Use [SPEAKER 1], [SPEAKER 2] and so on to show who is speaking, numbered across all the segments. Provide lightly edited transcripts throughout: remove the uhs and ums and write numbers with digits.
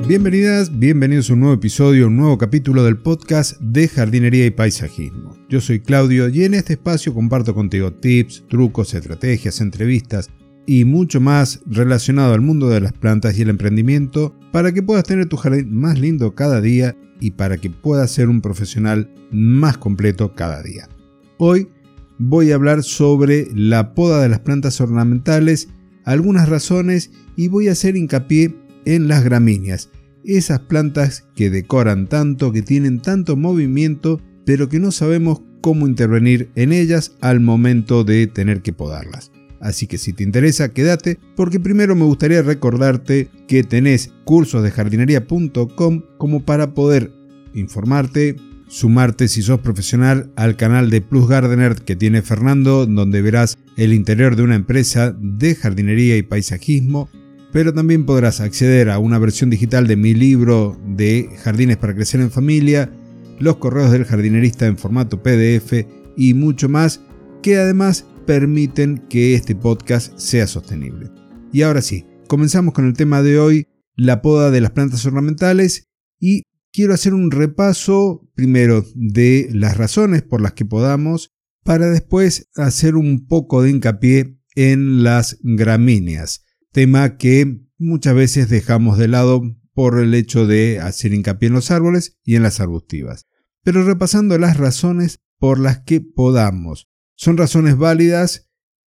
[SPEAKER 1] Bienvenidas, bienvenidos a un nuevo episodio, un nuevo capítulo del podcast de jardinería y paisajismo. Yo soy Claudio y en este espacio comparto contigo tips, trucos, estrategias, entrevistas y mucho más relacionado al mundo de las plantas y el emprendimiento para que puedas tener tu jardín más lindo cada día y para que puedas ser un profesional más completo cada día. Hoy voy a hablar sobre la poda de las plantas ornamentales, algunas razones y voy a hacer hincapié en las gramíneas, esas plantas que decoran tanto, que tienen tanto movimiento, pero que no sabemos cómo intervenir en ellas al momento de tener que podarlas. Así que si te interesa, quédate, porque primero me gustaría recordarte que tenés cursosdejardinería.com como para poder informarte, sumarte si sos profesional al canal de Plus Gardener que tiene Fernando, donde verás el interior de una empresa de jardinería y paisajismo, pero también podrás acceder a una versión digital de mi libro de Jardines para Crecer en Familia, los correos del jardinerista en formato PDF y mucho más, que además permiten que este podcast sea sostenible. Y ahora sí, comenzamos con el tema de hoy, la poda de las plantas ornamentales, y quiero hacer un repaso primero de las razones por las que podamos, para después hacer un poco de hincapié en las gramíneas, tema que muchas veces dejamos de lado por el hecho de hacer hincapié en los árboles y en las arbustivas. Pero repasando las razones por las que podamos, son razones válidas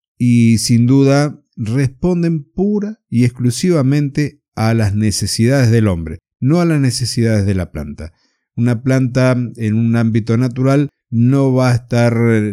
[SPEAKER 1] y sin duda responden pura y exclusivamente a las necesidades del hombre, no a las necesidades de la planta. Una planta en un ámbito natural no va a estar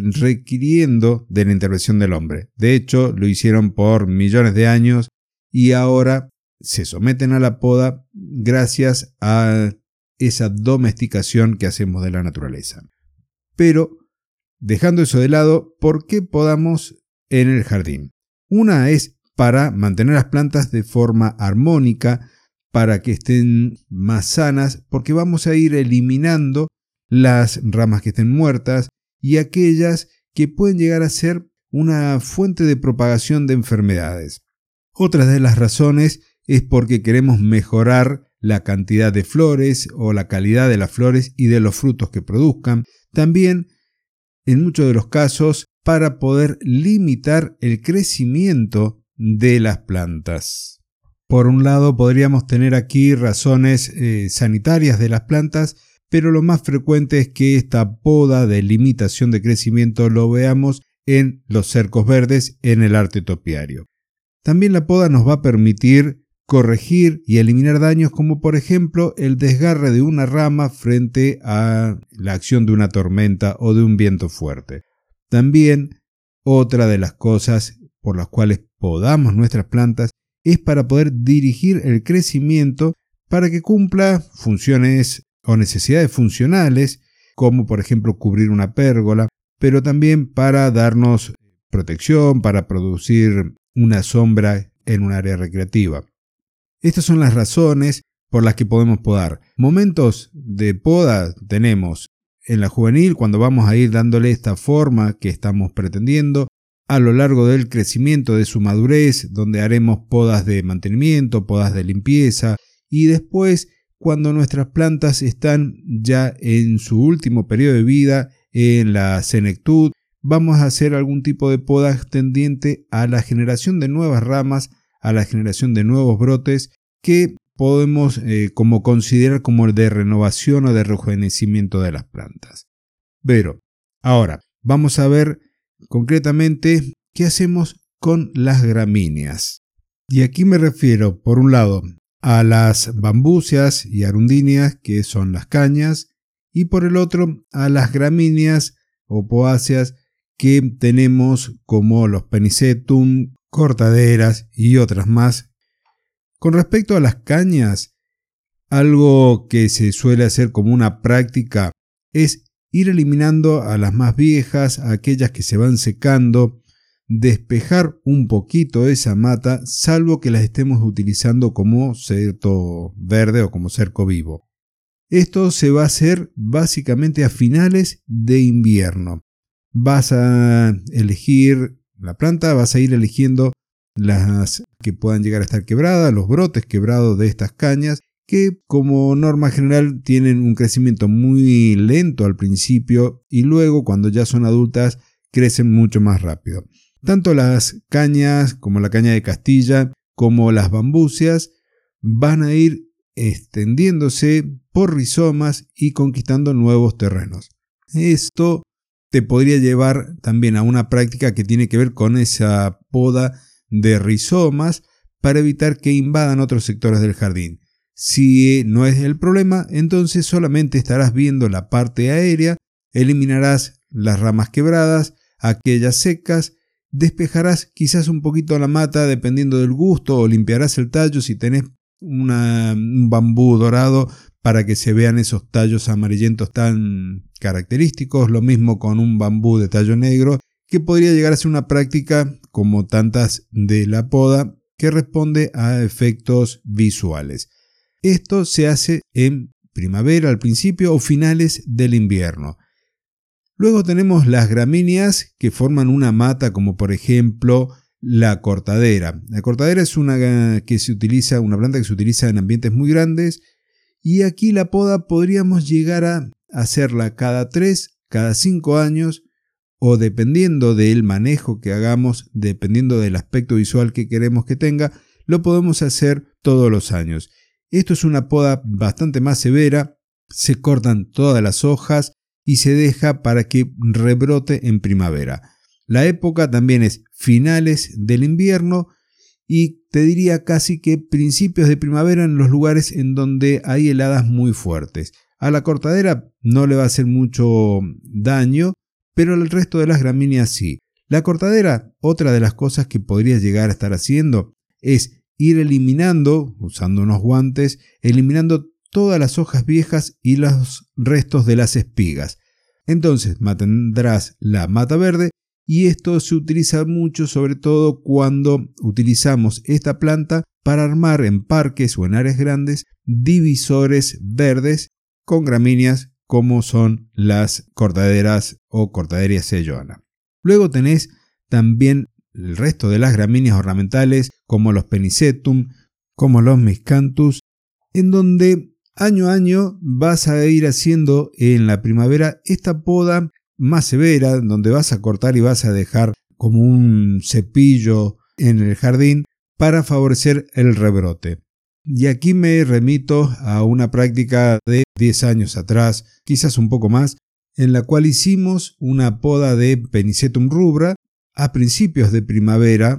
[SPEAKER 1] requiriendo de la intervención del hombre. De hecho, lo hicieron por millones de años y ahora se someten a la poda gracias a esa domesticación que hacemos de la naturaleza. Pero, dejando eso de lado, ¿por qué podamos en el jardín? Una es para mantener las plantas de forma armónica, para que estén más sanas, porque vamos a ir eliminando las ramas que estén muertas y aquellas que pueden llegar a ser una fuente de propagación de enfermedades. Otra de las razones es porque queremos mejorar la cantidad de flores o la calidad de las flores y de los frutos que produzcan. También, en muchos de los casos, para poder limitar el crecimiento de las plantas. Por un lado, podríamos tener aquí razones sanitarias de las plantas, pero lo más frecuente es que esta poda de limitación de crecimiento lo veamos en los cercos verdes en el arte topiario. También la poda nos va a permitir corregir y eliminar daños como por ejemplo el desgarre de una rama frente a la acción de una tormenta o de un viento fuerte. También otra de las cosas por las cuales podamos nuestras plantas es para poder dirigir el crecimiento para que cumpla funciones o necesidades funcionales como por ejemplo cubrir una pérgola, pero también para darnos protección, para producir una sombra en un área recreativa. Estas son las razones por las que podemos podar. Momentos de poda tenemos en la juvenil, cuando vamos a ir dándole esta forma que estamos pretendiendo, a lo largo del crecimiento de su madurez, donde haremos podas de mantenimiento, podas de limpieza, y después cuando nuestras plantas están ya en su último periodo de vida, en la senectud, vamos a hacer algún tipo de poda tendiente a la generación de nuevas ramas, a la generación de nuevos brotes que podemos considerar como el de renovación o de rejuvenecimiento de las plantas. Pero ahora vamos a ver concretamente qué hacemos con las gramíneas. Y aquí me refiero, por un lado, a las bambusias y arundíneas, que son las cañas, y por el otro, a las gramíneas o poáceas que tenemos como los penicetum, cortaderas y otras más. Con respecto a las cañas, algo que se suele hacer como una práctica es ir eliminando a las más viejas, a aquellas que se van secando, despejar un poquito esa mata, salvo que las estemos utilizando como cerco verde o como cerco vivo. Esto se va a hacer básicamente a finales de invierno. Vas a elegir la planta, vas a ir eligiendo las que puedan llegar a estar quebradas, los brotes quebrados de estas cañas, que como norma general tienen un crecimiento muy lento al principio y luego cuando ya son adultas crecen mucho más rápido. Tanto las cañas como la caña de Castilla como las bambucias van a ir extendiéndose por rizomas y conquistando nuevos terrenos. Esto te podría llevar también a una práctica que tiene que ver con esa poda de rizomas para evitar que invadan otros sectores del jardín. Si no es el problema, entonces solamente estarás viendo la parte aérea, eliminarás las ramas quebradas, aquellas secas, despejarás quizás un poquito la mata dependiendo del gusto o limpiarás el tallo si tenés un bambú dorado para que se vean esos tallos amarillentos tan característicos, lo mismo con un bambú de tallo negro, que podría llegar a ser una práctica como tantas de la poda que responde a efectos visuales. Esto se hace en primavera al principio o finales del invierno. Luego tenemos las gramíneas que forman una mata como por ejemplo la cortadera. La cortadera es una planta que se utiliza en ambientes muy grandes y aquí la poda podríamos llegar a hacerla cada 3, cada 5 años o dependiendo del manejo que hagamos, dependiendo del aspecto visual que queremos que tenga, lo podemos hacer todos los años. Esto es una poda bastante más severa, se cortan todas las hojas y se deja para que rebrote en primavera. La época también es finales del invierno y te diría casi que principios de primavera en los lugares en donde hay heladas muy fuertes. A la cortadera no le va a hacer mucho daño, pero al resto de las gramíneas sí. La cortadera, otra de las cosas que podrías llegar a estar haciendo es ir eliminando, usando unos guantes, eliminando todas las hojas viejas y los restos de las espigas. Entonces mantendrás la mata verde y esto se utiliza mucho, sobre todo cuando utilizamos esta planta para armar en parques o en áreas grandes divisores verdes con gramíneas como son las cortaderas o cortaderia selloana. Luego tenés también el resto de las gramíneas ornamentales como los Penicetum, como los Miscanthus, en donde año a año vas a ir haciendo en la primavera esta poda más severa, donde vas a cortar y vas a dejar como un cepillo en el jardín para favorecer el rebrote. Y aquí me remito a una práctica de 10 años atrás, quizás un poco más, en la cual hicimos una poda de Penicetum rubra a principios de primavera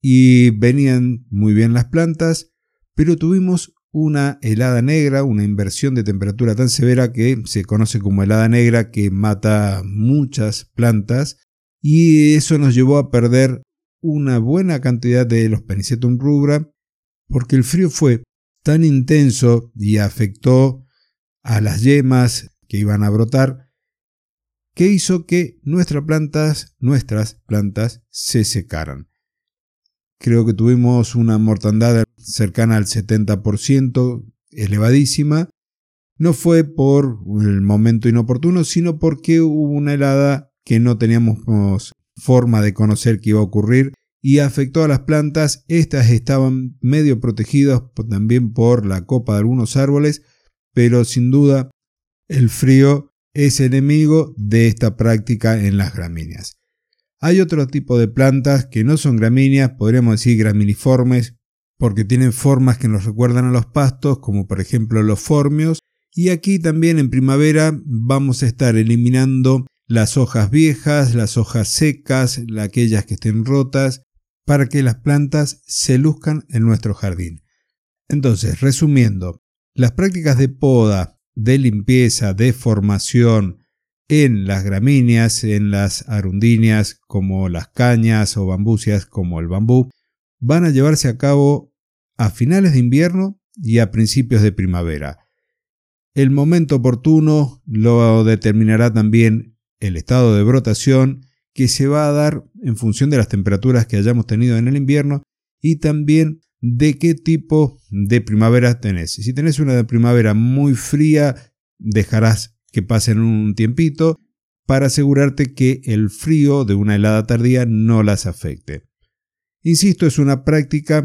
[SPEAKER 1] y venían muy bien las plantas, pero tuvimos una helada negra, una inversión de temperatura tan severa que se conoce como helada negra, que mata muchas plantas, y eso nos llevó a perder una buena cantidad de los Penicetum rubra porque el frío fue tan intenso y afectó a las yemas que iban a brotar que hizo que nuestras plantas se secaran. Creo que tuvimos una mortandad cercana al 70%, elevadísima. No fue por el momento inoportuno, sino porque hubo una helada que no teníamos forma de conocer que iba a ocurrir y afectó a las plantas. Estas estaban medio protegidas también por la copa de algunos árboles, pero sin duda el frío es enemigo de esta práctica en las gramíneas. Hay otro tipo de plantas que no son gramíneas, podríamos decir graminiformes, porque tienen formas que nos recuerdan a los pastos, como por ejemplo los formios, y aquí también en primavera vamos a estar eliminando las hojas viejas, las hojas secas, aquellas que estén rotas, para que las plantas se luzcan en nuestro jardín. Entonces, resumiendo, las prácticas de poda, de limpieza, de formación en las gramíneas, en las arundíneas como las cañas o bambucias como el bambú, van a llevarse a cabo a finales de invierno y a principios de primavera. El momento oportuno lo determinará también el estado de brotación que se va a dar en función de las temperaturas que hayamos tenido en el invierno y también de qué tipo de primavera tenés. Si tenés una primavera muy fría, dejarás que pasen un tiempito para asegurarte que el frío de una helada tardía no las afecte. Insisto, es una práctica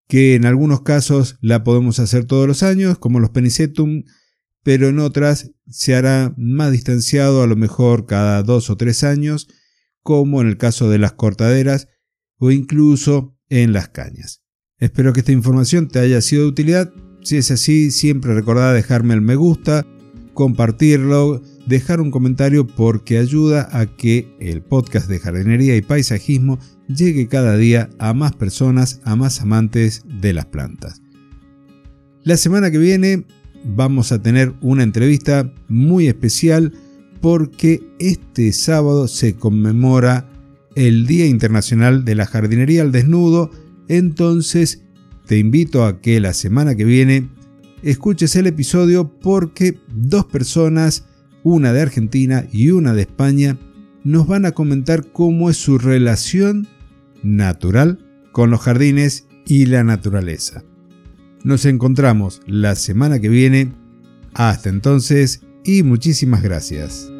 [SPEAKER 1] que en algunos casos la podemos hacer todos los años, como los Penicetum, pero en otras se hará más distanciado, a lo mejor cada 2 o 3 años, como en el caso de las cortaderas o incluso en las cañas. Espero que esta información te haya sido de utilidad. Si es así, siempre recordá dejarme el me gusta, compartirlo, dejar un comentario, porque ayuda a que el podcast de jardinería y paisajismo llegue cada día a más personas, a más amantes de las plantas. La semana que viene vamos a tener una entrevista muy especial porque este sábado se conmemora el Día Internacional de la Jardinería al Desnudo. Entonces te invito a que la semana que viene escuches el episodio, porque 2 personas, una de Argentina y una de España, nos van a comentar cómo es su relación natural con los jardines y la naturaleza. Nos encontramos la semana que viene. Hasta entonces y muchísimas gracias.